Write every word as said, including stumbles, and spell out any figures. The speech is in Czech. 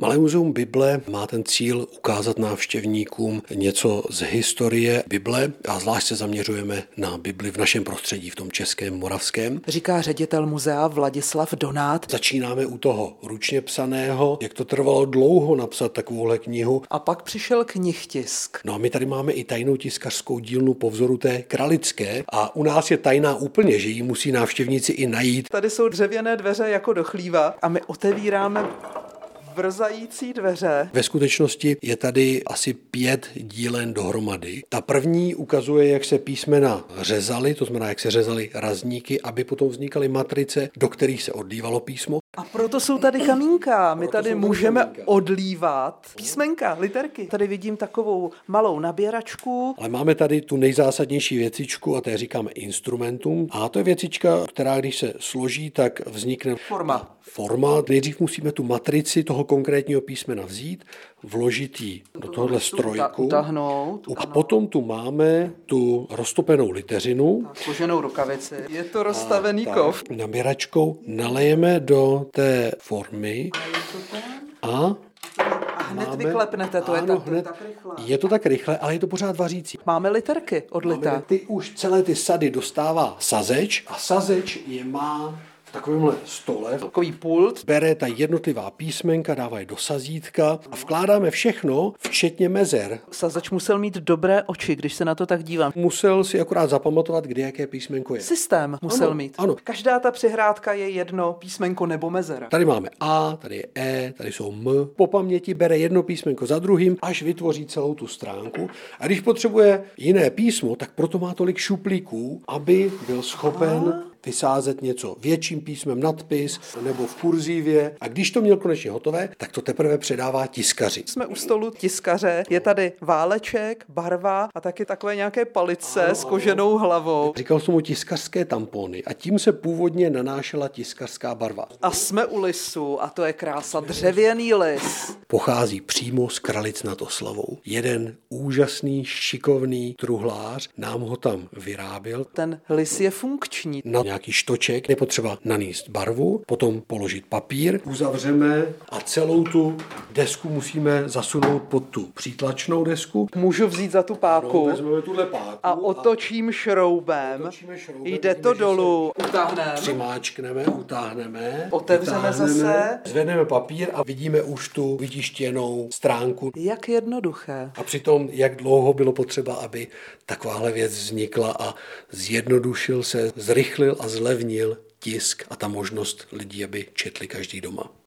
Malé muzeum Bible má ten cíl ukázat návštěvníkům něco z historie Bible a zvlášť se zaměřujeme na Bibli v našem prostředí, v tom českém, moravském. Říká ředitel muzea Vladislav Donát. Začínáme u toho ručně psaného, jak to trvalo dlouho napsat takovouhle knihu. A pak přišel knihtisk. No a my tady máme i tajnou tiskařskou dílnu po vzoru té kralické a u nás je tajná úplně, že ji musí návštěvníci i najít. Tady jsou dřevěné dveře jako do chlíva a my otevíráme vrzající dveře. Ve skutečnosti je tady asi pět dílen dohromady. Ta první ukazuje, jak se písmena řezaly, to znamená, jak se řezaly razníky, aby potom vznikaly matrice, do kterých se odlívalo písmo. A proto jsou tady kamínka. My Proto tady jsou můžeme kamínka. odlívat písmenka, literky. Tady vidím takovou malou nabíračku. Ale máme tady tu nejzásadnější věcičku a té říkáme instrumentum. A to je věcička, která když se složí, tak vznikne Forma. Forma. Nejdřív musíme tu matrici toho konkrétního písmena vzít, vložit ji do tohohle strojku. Utáhnout. A potom tu máme tu roztopenou liteřinu. Složenou rukavici. Je to rozstavený A kov. tak nabíračkou nalejeme do té formy a A hned máme, vyklepnete, to je ano, tak, to je hned, tak rychle. je to tak rychle, ale je to pořád vařící. Máme literky odlité. Máme, ty už celé ty sady dostává sazeč a sazeč je má v takovémhle stole. Takový pult. Bere ta jednotlivá písmenka, dává je do sazítka a vkládáme všechno, včetně mezer. Sazač musel mít dobré oči, když se na to tak dívám. Musel si akorát zapamatovat, kde jaké písmenko je. Systém musel Ano, mít. ano. Každá ta přihrádka je jedno písmenko nebo mezera. Tady máme A, tady je E, tady jsou M. Po paměti bere jedno písmenko za druhým, až vytvoří celou tu stránku. A když potřebuje jiné písmo, tak proto má tolik šuplíků, aby byl schopen vysázet něco větším písmem nadpis nebo v kurzívě. A když to měl konečně hotové, tak to teprve předává tiskaři. Jsme u stolu tiskaře, je tady váleček, barva a taky takové nějaké palice s koženou hlavou. Říkal jsem mu tiskařské tampony a tím se původně nanášela tiskařská barva. A jsme u lisu a to je krása, dřevěný lis. Pochází přímo z Kralic nad Oslavou. Jeden úžasný, šikovný truhlář nám ho tam vyráběl. Ten lis je funkční. Na nějaký štoček je potřeba nanést barvu, potom položit papír, uzavřeme a celou tu desku musíme zasunout pod tu přítlačnou desku. Můžu vzít za tu páku No, vezmeme tuhle páku a otočím šroubem. otočíme šroubem, Jde vidíme, to že dolů. Utáhneme. přimáčkneme, utáhneme, Otevřeme vytáhneme, zase. zvedneme papír a vidíme už tu vytištěnou stránku. Jak jednoduché. A přitom, jak dlouho bylo potřeba, aby takováhle věc vznikla a zjednodušil se, zrychlil a zlevnil tisk a ta možnost lidí, aby četli každý doma.